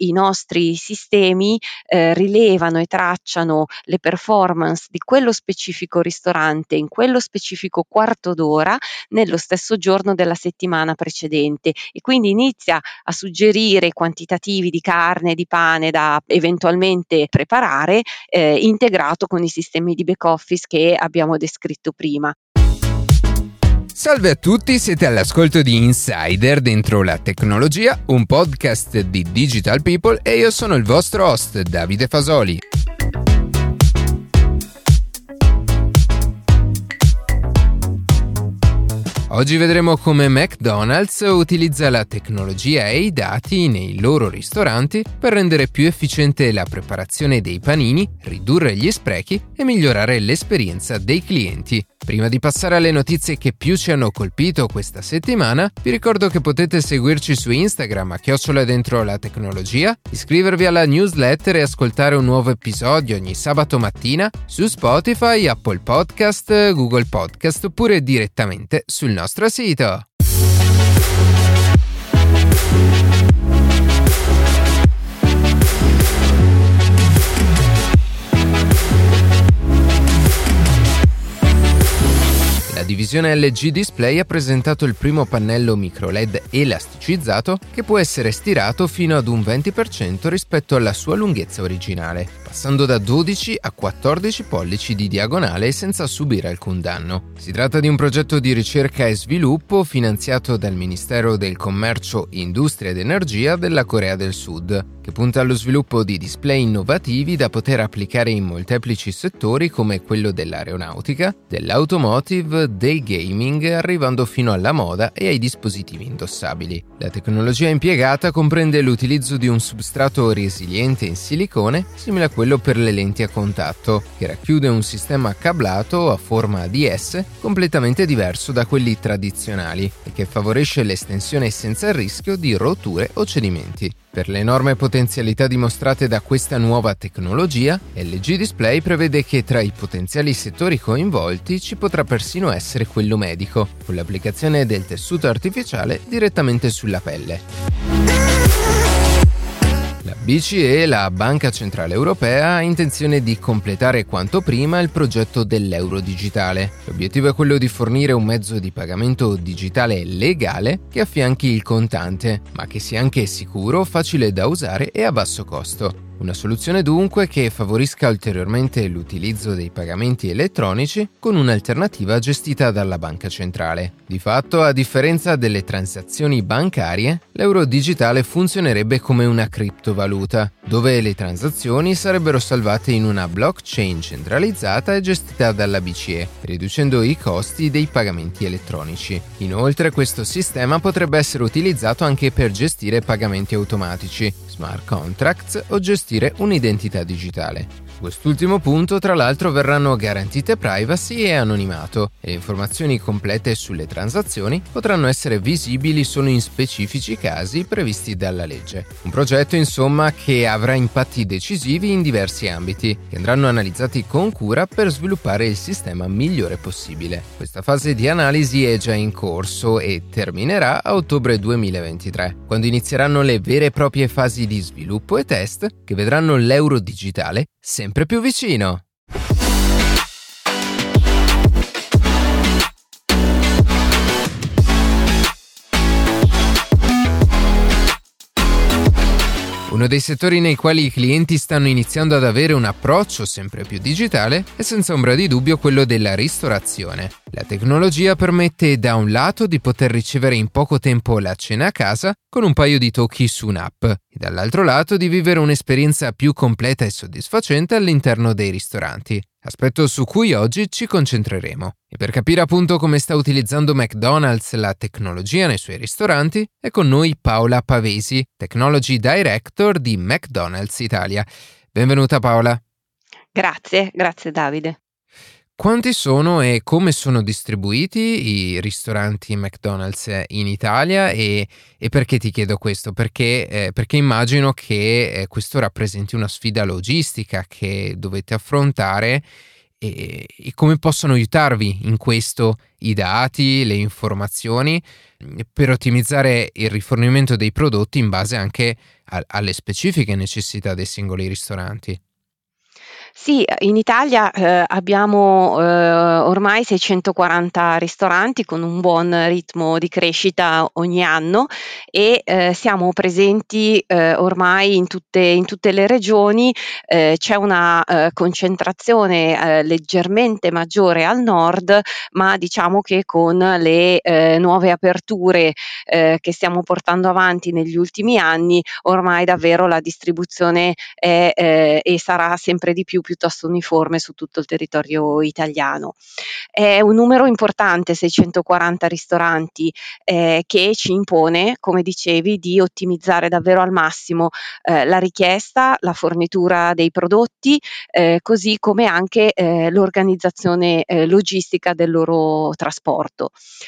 i nostri sistemi rilevano e tracciano le performance di quello specifico ristorante in quello specifico quarto d'ora nello stesso giorno della settimana precedente, e quindi inizia a suggerire quantitativi di carne, di pane da eventualmente preparare, integrato con i sistemi di back office che abbiamo descritto prima. Salve a tutti, siete all'ascolto di Insider dentro la tecnologia, un podcast di Digital People, e io sono il vostro host Davide Fasoli. Oggi vedremo come McDonald's utilizza la tecnologia e i dati nei loro ristoranti per rendere più efficiente la preparazione dei panini, ridurre gli sprechi e migliorare l'esperienza dei clienti. Prima di passare alle notizie che più ci hanno colpito questa settimana, vi ricordo che potete seguirci su Instagram @DentroLaTecnologia, iscrivervi alla newsletter e ascoltare un nuovo episodio ogni sabato mattina su Spotify, Apple Podcast, Google Podcast oppure direttamente sul nostro sito. La divisione LG Display ha presentato il primo pannello microLED elasticizzato che può essere stirato fino ad un 20% rispetto alla sua lunghezza originale, passando da 12 a 14 pollici di diagonale senza subire alcun danno. Si tratta di un progetto di ricerca e sviluppo finanziato dal Ministero del Commercio, Industria ed Energia della Corea del Sud, che punta allo sviluppo di display innovativi da poter applicare in molteplici settori come quello dell'aeronautica, dell'automotive, del gaming, arrivando fino alla moda e ai dispositivi indossabili. La tecnologia impiegata comprende l'utilizzo di un substrato resiliente in silicone, simile a quello per le lenti a contatto, che racchiude un sistema cablato a forma di S completamente diverso da quelli tradizionali e che favorisce l'estensione senza il rischio di rotture o cedimenti. Per le enormi potenzialità dimostrate da questa nuova tecnologia, LG Display prevede che tra i potenziali settori coinvolti ci potrà persino essere quello medico, con l'applicazione del tessuto artificiale direttamente sulla pelle. La BCE, la Banca Centrale Europea, ha intenzione di completare quanto prima il progetto dell'euro digitale. L'obiettivo è quello di fornire un mezzo di pagamento digitale legale che affianchi il contante, ma che sia anche sicuro, facile da usare e a basso costo. Una soluzione dunque che favorisca ulteriormente l'utilizzo dei pagamenti elettronici con un'alternativa gestita dalla banca centrale. Di fatto, a differenza delle transazioni bancarie, l'euro digitale funzionerebbe come una criptovaluta, dove le transazioni sarebbero salvate in una blockchain centralizzata e gestita dalla BCE, riducendo i costi dei pagamenti elettronici. Inoltre, questo sistema potrebbe essere utilizzato anche per gestire pagamenti automatici, smart contracts o gestire un'identità digitale. Su quest'ultimo punto, tra l'altro, verranno garantite privacy e anonimato, e le informazioni complete sulle transazioni potranno essere visibili solo in specifici casi previsti dalla legge. Un progetto, insomma, che avrà impatti decisivi in diversi ambiti, che andranno analizzati con cura per sviluppare il sistema migliore possibile. Questa fase di analisi è già in corso e terminerà a ottobre 2023, quando inizieranno le vere e proprie fasi di sviluppo e test che vedranno l'euro digitale sempre più vicino. Uno dei settori nei quali i clienti stanno iniziando ad avere un approccio sempre più digitale è senza ombra di dubbio quello della ristorazione. La tecnologia permette da un lato di poter ricevere in poco tempo la cena a casa con un paio di tocchi su un'app e dall'altro lato di vivere un'esperienza più completa e soddisfacente all'interno dei ristoranti, aspetto su cui oggi ci concentreremo. E per capire appunto come sta utilizzando McDonald's la tecnologia nei suoi ristoranti, è con noi Paola Pavesi, Technology Director di McDonald's Italia. Benvenuta Paola. Grazie Davide. Quanti sono e come sono distribuiti i ristoranti McDonald's in Italia e perché ti chiedo questo? Perché immagino che questo rappresenti una sfida logistica che dovete affrontare e come possono aiutarvi in questo i dati, le informazioni per ottimizzare il rifornimento dei prodotti in base anche alle specifiche necessità dei singoli ristoranti. Sì, in Italia, abbiamo, ormai 640 ristoranti con un buon ritmo di crescita ogni anno e, siamo presenti, ormai in tutte le regioni. C'è una, concentrazione, leggermente maggiore al nord, ma diciamo che con le, nuove aperture, che stiamo portando avanti negli ultimi anni, ormai davvero la distribuzione è, e sarà sempre di più piuttosto uniforme su tutto il territorio italiano. È un numero importante, 640 ristoranti, che ci impone, come dicevi, di ottimizzare davvero al massimo, la richiesta, la fornitura dei prodotti, così come anche, l'organizzazione, logistica del loro trasporto.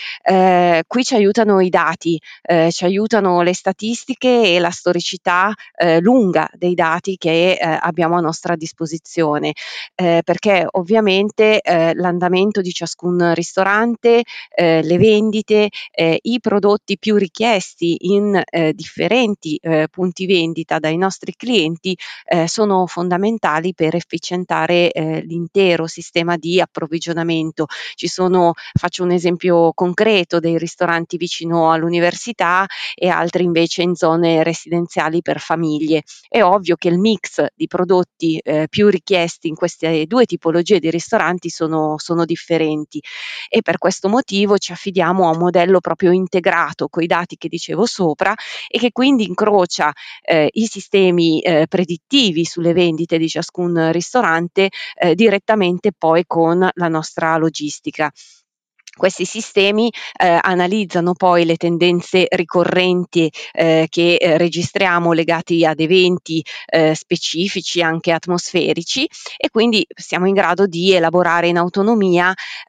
Qui ci aiutano i dati, ci aiutano le statistiche e la storicità, lunga dei dati che, abbiamo a nostra disposizione, perché ovviamente, l'andamento di ciascun ristorante, le vendite, i prodotti più richiesti in, differenti, punti vendita dai nostri clienti, sono fondamentali per efficientare, l'intero sistema di approvvigionamento. Faccio un esempio concreto, dei ristoranti vicino all'università e altri invece in zone residenziali per famiglie. È ovvio che il mix di prodotti, più richiesti in queste 2 tipologie di ristoranti sono differenti e per questo motivo ci affidiamo a un modello proprio integrato coi dati che dicevo sopra e che quindi incrocia, i sistemi, predittivi sulle vendite di ciascun ristorante, direttamente poi con la nostra logistica. Questi sistemi, analizzano poi le tendenze ricorrenti, che, registriamo legati ad eventi, specifici, anche atmosferici, e quindi siamo in grado di elaborare in autonomia,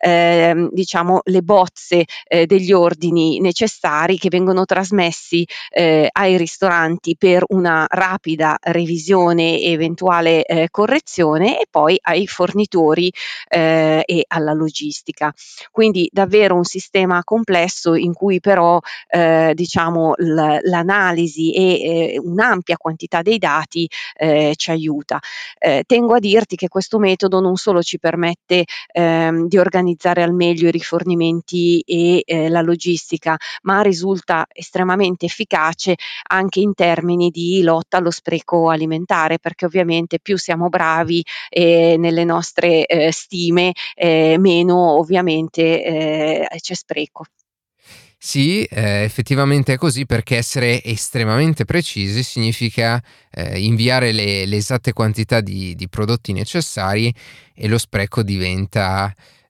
diciamo le bozze, degli ordini necessari che vengono trasmessi, ai ristoranti per una rapida revisione e eventuale, correzione e poi ai fornitori, e alla logistica. Quindi davvero un sistema complesso in cui però, diciamo l'analisi e, un'ampia quantità dei dati, ci aiuta. Tengo a dirti che questo metodo non solo ci permette, di organizzare al meglio i rifornimenti e, la logistica, ma risulta estremamente efficace anche in termini di lotta allo spreco alimentare, perché ovviamente più siamo bravi, nelle nostre, stime, meno ovviamente, c'è spreco. Sì, effettivamente è così perché essere estremamente precisi significa, inviare le esatte quantità di prodotti necessari e lo spreco diventa,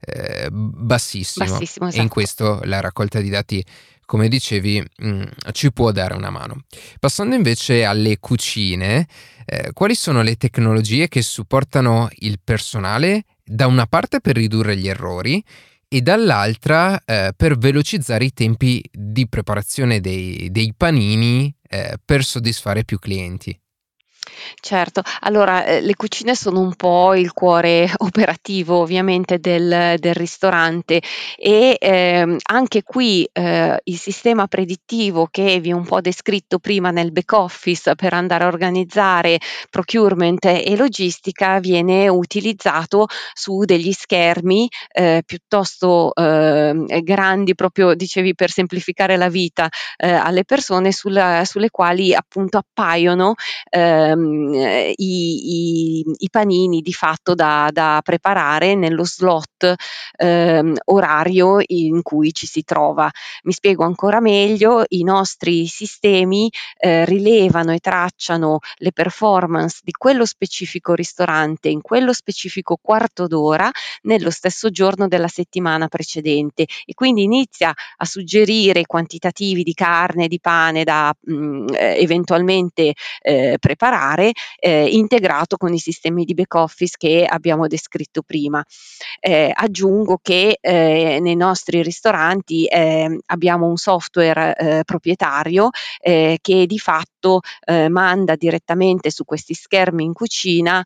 bassissimo Bassissimo, e in esatto. questo la raccolta di dati, come dicevi, ci può dare una mano. Passando invece alle cucine, quali sono le tecnologie che supportano il personale, da una parte per ridurre gli errori e dall'altra, per velocizzare i tempi di preparazione dei panini, per soddisfare più clienti. Certo, allora, le cucine sono un po' il cuore operativo ovviamente del ristorante e, anche qui, il sistema predittivo che vi ho un po' descritto prima nel back office per andare a organizzare procurement e logistica viene utilizzato su degli schermi, piuttosto, grandi, proprio dicevi per semplificare la vita, alle persone sulle quali appunto appaiono i panini di fatto da preparare nello slot, orario in cui ci si trova. Mi spiego ancora meglio: i nostri sistemi, rilevano e tracciano le performance di quello specifico ristorante in quello specifico quarto d'ora nello stesso giorno della settimana precedente e quindi inizia a suggerire quantitativi di carne, di pane da, eventualmente, preparare alimentare, integrato con i sistemi di back office che abbiamo descritto prima. Aggiungo che nei nostri ristoranti abbiamo un software proprietario che di fatto manda direttamente su questi schermi in cucina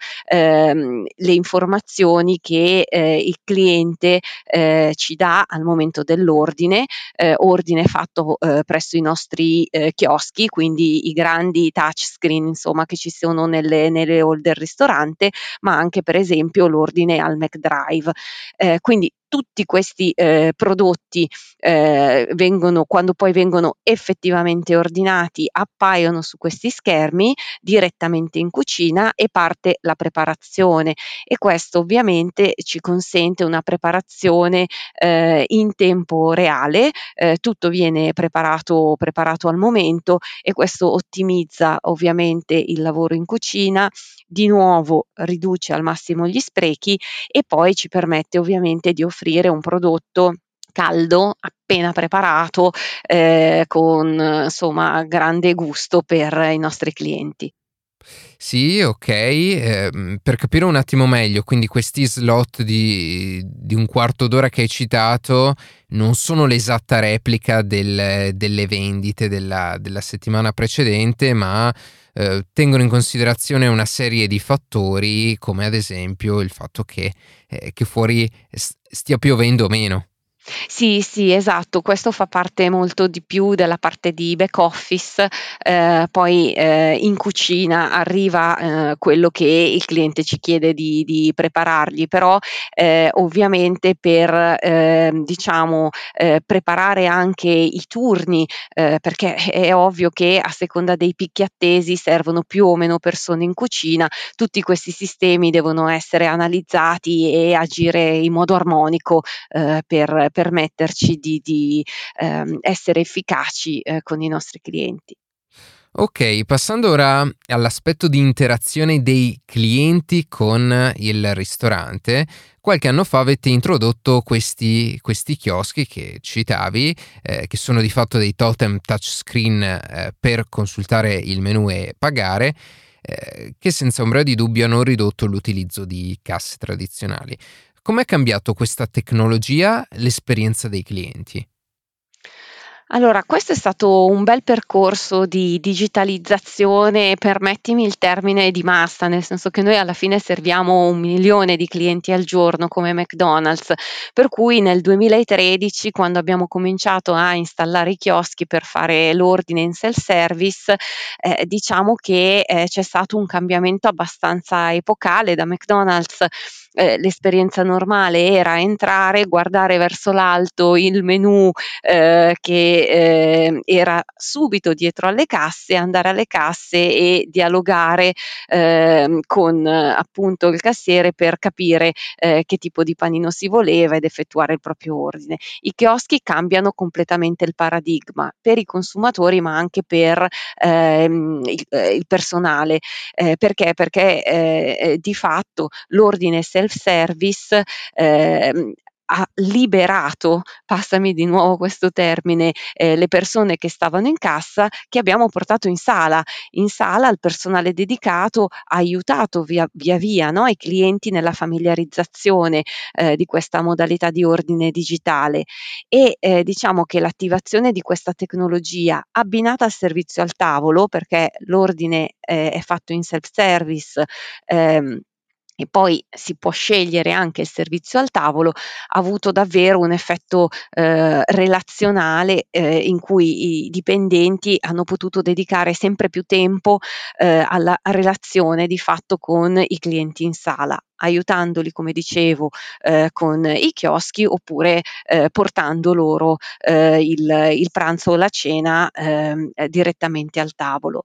le informazioni che il cliente ci dà al momento dell'ordine, ordine fatto presso i nostri chioschi, quindi i grandi touchscreen insomma che ci sono nelle hall del ristorante, ma anche per esempio l'ordine al McDrive. Quindi tutti questi prodotti vengono, quando poi vengono effettivamente ordinati, appaiono su questi schermi direttamente in cucina e parte la preparazione, e questo ovviamente ci consente una preparazione in tempo reale, tutto viene preparato al momento, e questo ottimizza ovviamente il lavoro in cucina, di nuovo riduce al massimo gli sprechi e poi ci permette ovviamente di offrire un prodotto caldo, appena preparato, con insomma grande gusto per i nostri clienti. Sì, okay, per capire un attimo meglio, quindi questi slot di un quarto d'ora che hai citato non sono l'esatta replica delle vendite della settimana precedente, ma, tengono in considerazione una serie di fattori, come ad esempio il fatto che fuori stia piovendo o meno. Sì, sì, esatto, questo fa parte molto di più della parte di back office, poi, in cucina arriva, quello che il cliente ci chiede di preparargli, però, ovviamente per, diciamo, preparare anche i turni, perché è ovvio che a seconda dei picchi attesi servono più o meno persone in cucina, tutti questi sistemi devono essere analizzati e agire in modo armonico per permetterci di essere efficaci con i nostri clienti. Okay, passando ora all'aspetto di interazione dei clienti con il ristorante, qualche anno fa avete introdotto questi chioschi che citavi, che sono di fatto dei totem touchscreen, per consultare il menù e pagare, che senza ombra di dubbio hanno ridotto l'utilizzo di casse tradizionali. Com'è cambiato questa tecnologia l'esperienza dei clienti? Allora, questo è stato un bel percorso di digitalizzazione, permettimi il termine di massa, nel senso che noi alla fine serviamo 1.000.000 di clienti al giorno come McDonald's, per cui nel 2013, quando abbiamo cominciato a installare i chioschi per fare l'ordine in self-service, diciamo che, c'è stato un cambiamento abbastanza epocale. Da McDonald's, l'esperienza normale era entrare, guardare verso l'alto il menù che era subito dietro alle casse, andare alle casse e dialogare con appunto il cassiere per capire che tipo di panino si voleva ed effettuare il proprio ordine. I chioschi cambiano completamente il paradigma per i consumatori, ma anche per il personale. Perché? Perché di fatto l'ordine self-service ha liberato, passami di nuovo questo termine, le persone che stavano in cassa, che abbiamo portato in sala. In sala il personale dedicato ha aiutato via via, no, i clienti nella familiarizzazione, di questa modalità di ordine digitale, e, diciamo che l'attivazione di questa tecnologia abbinata al servizio al tavolo, perché l'ordine, è fatto in self-service, ehm, e poi si può scegliere anche il servizio al tavolo, ha avuto davvero un effetto, relazionale, in cui i dipendenti hanno potuto dedicare sempre più tempo, alla relazione di fatto con i clienti in sala, aiutandoli, come dicevo, con i chioschi, oppure, portando loro, il pranzo o la cena, direttamente al tavolo.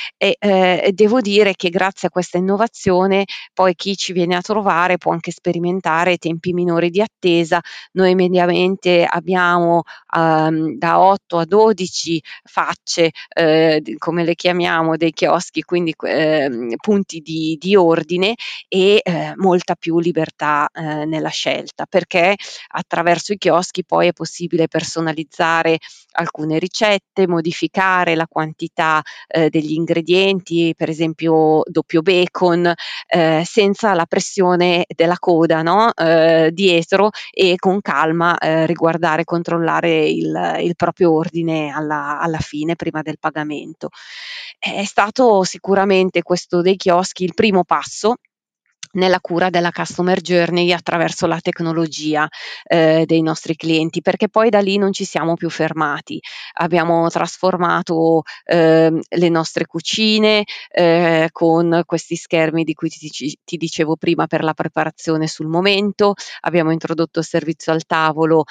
E devo dire che grazie a questa innovazione poi chi ci viene a trovare può anche sperimentare tempi minori di attesa. Noi mediamente abbiamo, da 8 a 12 facce, d come le chiamiamo, dei chioschi, quindi punti di ordine, e molta più libertà nella scelta, perché attraverso i chioschi poi è possibile personalizzare alcune ricette, modificare la quantità degli ingredienti, per esempio doppio bacon, senza la pressione della coda, no, dietro, e con calma riguardare, controllare il proprio ordine alla fine, prima del pagamento. È stato sicuramente questo dei chioschi il primo passo nella cura della customer journey attraverso la tecnologia dei nostri clienti, perché poi da lì non ci siamo più fermati. Abbiamo trasformato le nostre cucine con questi schermi di cui ti dicevo prima per la preparazione sul momento, abbiamo introdotto il servizio al tavolo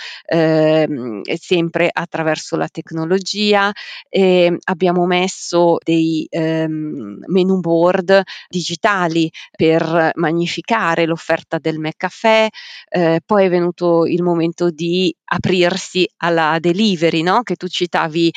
sempre attraverso la tecnologia, abbiamo messo dei menu board digitali per magnificare l'offerta del McCaffè, poi è venuto il momento di aprirsi alla delivery, no, che tu citavi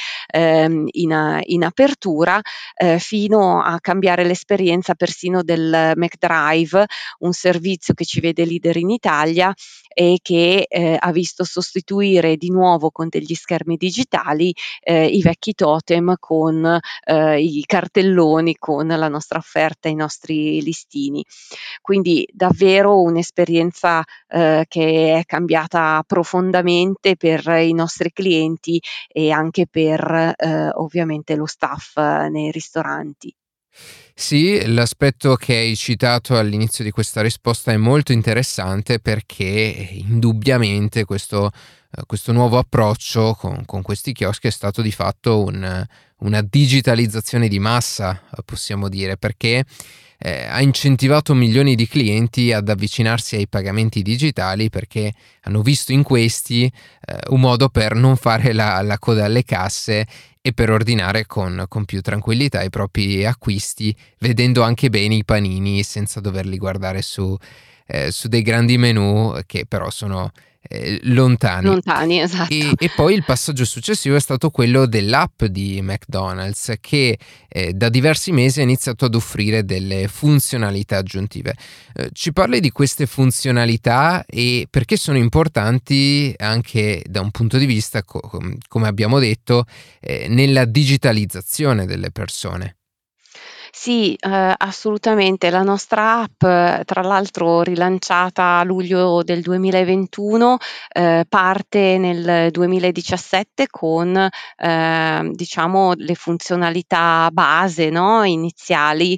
in apertura, fino a cambiare l'esperienza persino del McDrive, un servizio che ci vede leader in Italia e che ha visto sostituire di nuovo con degli schermi digitali i vecchi totem con i cartelloni con la nostra offerta, i nostri listini. Quindi davvero un'esperienza che è cambiata profondamente per i nostri clienti e anche per ovviamente lo staff nei ristoranti. Sì, l'aspetto che hai citato all'inizio di questa risposta è molto interessante perché indubbiamente questo nuovo approccio con questi chioschi è stato di fatto una digitalizzazione di massa, possiamo dire, perché ha incentivato milioni di clienti ad avvicinarsi ai pagamenti digitali perché hanno visto in questi un modo per non fare la coda alle casse e per ordinare con più tranquillità i propri acquisti, vedendo anche bene i panini senza doverli guardare su dei grandi menu che però sono lontani. Lontani, esatto. E poi il passaggio successivo è stato quello dell'app di McDonald's che da diversi mesi ha iniziato ad offrire delle funzionalità aggiuntive. Ci parli di queste funzionalità e perché sono importanti anche da un punto di vista, come abbiamo detto, nella digitalizzazione delle persone? Sì, assolutamente. La nostra app, tra l'altro rilanciata a luglio del 2021, parte nel 2017 con, diciamo le funzionalità base, no, iniziali,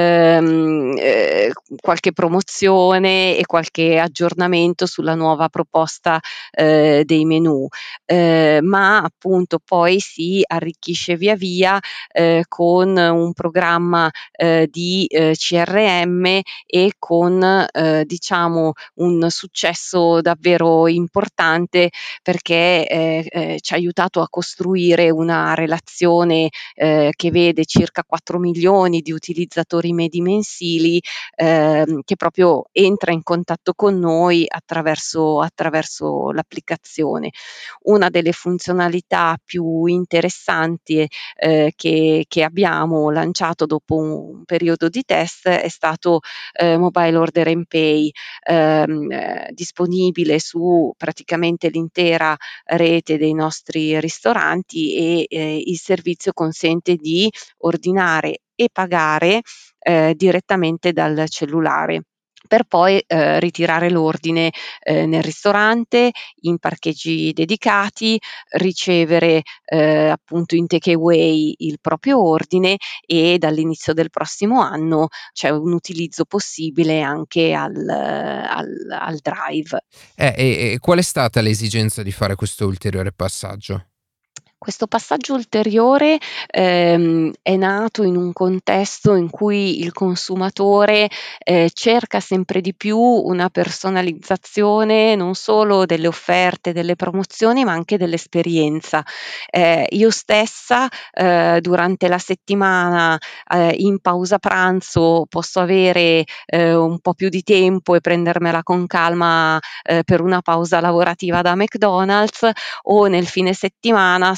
qualche promozione e qualche aggiornamento sulla nuova proposta, dei menù. Ma appunto poi si arricchisce via via con un programma di CRM e con diciamo un successo davvero importante, perché ci ha aiutato a costruire una relazione che vede circa 4 milioni di utilizzatori medi mensili, che proprio entra in contatto con noi attraverso l'applicazione. Una delle funzionalità più interessanti che abbiamo lanciato dopo un periodo di test è stato Mobile Order and Pay, disponibile su praticamente l'intera rete dei nostri ristoranti, e il servizio consente di ordinare e pagare direttamente dal cellulare, per poi ritirare l'ordine nel ristorante, in parcheggi dedicati, ricevere appunto in takeaway il proprio ordine, e dall'inizio del prossimo anno c'è un utilizzo possibile anche al drive. E qual è stata l'esigenza di fare questo ulteriore passaggio? Questo passaggio ulteriore è nato in un contesto in cui il consumatore cerca sempre di più una personalizzazione non solo delle offerte, delle promozioni, ma anche dell'esperienza. Io stessa durante la settimana, in pausa pranzo, posso avere un po' più di tempo e prendermela con calma per una pausa lavorativa da McDonald's, o nel fine settimana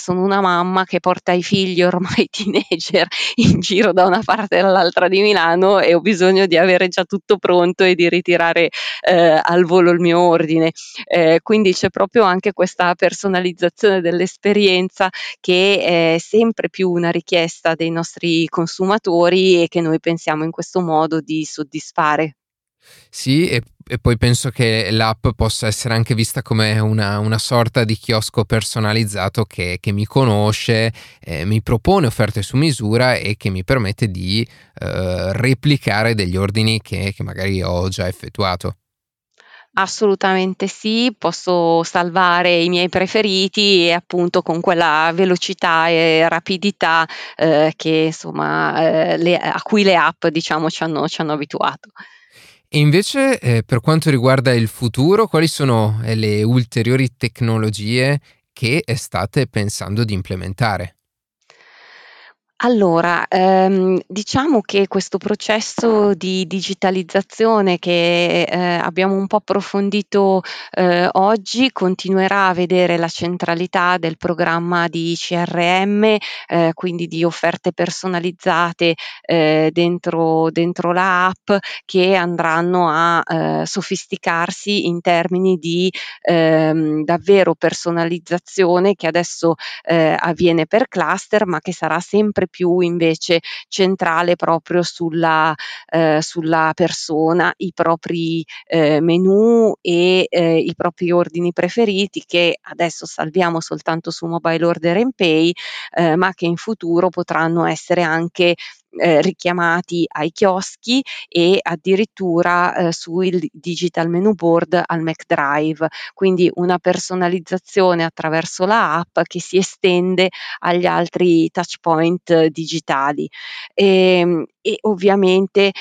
sono una mamma che porta i figli ormai teenager in giro da una parte e dall'altra di Milano e ho bisogno di avere già tutto pronto e di ritirare al volo il mio ordine. Quindi c'è proprio anche questa personalizzazione dell'esperienza che è sempre più una richiesta dei nostri consumatori e che noi pensiamo in questo modo di soddisfare. Sì, e poi penso che l'app possa essere anche vista come una sorta di chiosco personalizzato che mi conosce, mi propone offerte su misura e che mi permette di replicare degli ordini che magari ho già effettuato. Assolutamente sì, posso salvare i miei preferiti e appunto con quella velocità e rapidità, che insomma, a cui le app diciamo ci hanno abituato. E invece, per quanto riguarda il futuro, quali sono, le ulteriori tecnologie che state pensando di implementare? Allora, diciamo che questo processo di digitalizzazione che, abbiamo un po' approfondito, oggi, continuerà a vedere la centralità del programma di CRM, quindi di offerte personalizzate, dentro la app che andranno a, sofisticarsi in termini di, davvero personalizzazione che adesso avviene per cluster, ma che sarà sempre più invece centrale proprio sulla persona, i propri, menù e, i propri ordini preferiti che adesso salviamo soltanto su Mobile Order and Pay, ma che in futuro potranno essere anche, richiamati ai chioschi e addirittura, sul digital menu board al McDrive. Quindi una personalizzazione attraverso la app che si estende agli altri touch point digitali. E ovviamente,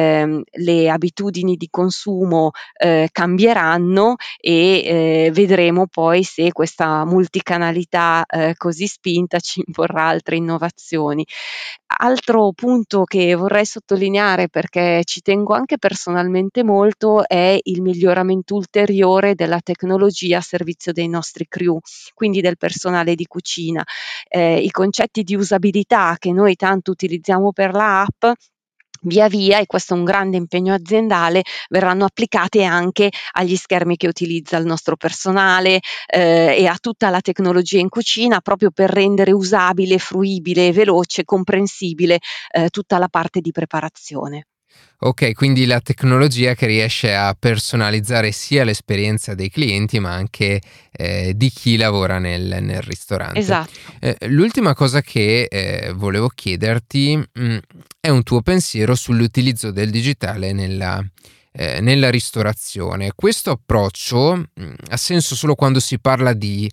le abitudini di consumo, cambieranno e, vedremo poi se questa multicanalità, così spinta ci imporrà altre innovazioni. Altro punto che vorrei sottolineare, perché ci tengo anche personalmente molto, è il miglioramento ulteriore della tecnologia a servizio dei nostri crew, quindi del personale di cucina. I concetti di usabilità che noi tanto utilizziamo per la app, via via, e questo è un grande impegno aziendale, verranno applicate anche agli schermi che utilizza il nostro personale, e a tutta la tecnologia in cucina, proprio per rendere usabile, fruibile, veloce, comprensibile, tutta la parte di preparazione. Okay, quindi la tecnologia che riesce a personalizzare sia l'esperienza dei clienti, ma anche, di chi lavora nel ristorante. Esatto. L'ultima cosa che, volevo chiederti, è un tuo pensiero sull'utilizzo del digitale nella ristorazione. Questo approccio, ha senso solo quando si parla di,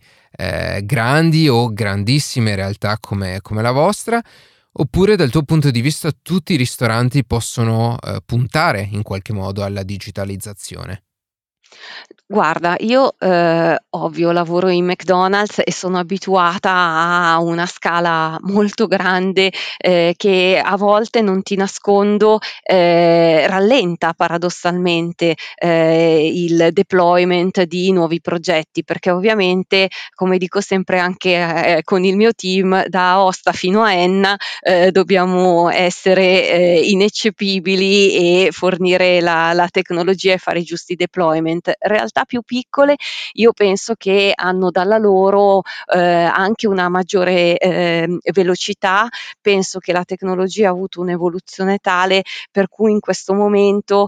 grandi o grandissime realtà come la vostra, oppure dal tuo punto di vista tutti i ristoranti possono, puntare in qualche modo alla digitalizzazione? Guarda, io, ovvio lavoro in McDonald's e sono abituata a una scala molto grande, che a volte, non ti nascondo, rallenta paradossalmente, il deployment di nuovi progetti, perché ovviamente, come dico sempre anche, con il mio team, da Aosta fino a Enna, dobbiamo essere, ineccepibili e fornire la tecnologia e fare i giusti deployment. Realtà più piccole io penso che hanno dalla loro, anche una maggiore, velocità. Penso che la tecnologia ha avuto un'evoluzione tale per cui in questo momento,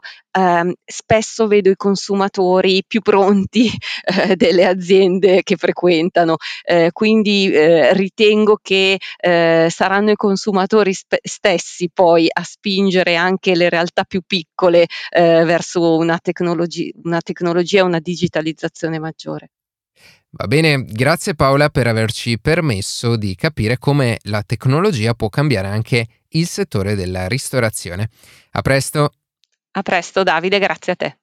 spesso vedo i consumatori più pronti, delle aziende che frequentano. Quindi, ritengo che, saranno i consumatori stessi poi a spingere anche le realtà più piccole, verso una tecnologia e una digitalizzazione maggiore. Va bene, grazie Paola per averci permesso di capire come la tecnologia può cambiare anche il settore della ristorazione. A presto! A presto Davide, grazie a te.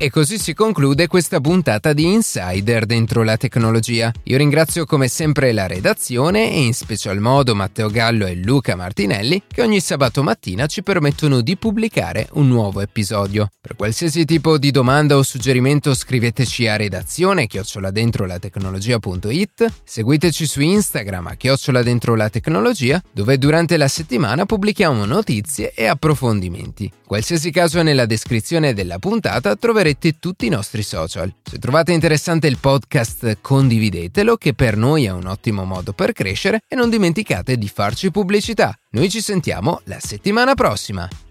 E così si conclude questa puntata di Insider dentro la tecnologia. Io ringrazio come sempre la redazione e in special modo Matteo Gallo e Luca Martinelli che ogni sabato mattina ci permettono di pubblicare un nuovo episodio. Per qualsiasi tipo di domanda o suggerimento scriveteci a redazione@dentrolatecnologia.it, seguiteci su Instagram @dentrolatecnologia, dove durante la settimana pubblichiamo notizie e approfondimenti. Qualsiasi caso è nella descrizione della puntata troverete tutti i nostri social. Se trovate interessante il podcast, condividetelo, che per noi è un ottimo modo per crescere, e non dimenticate di farci pubblicità. Noi ci sentiamo la settimana prossima.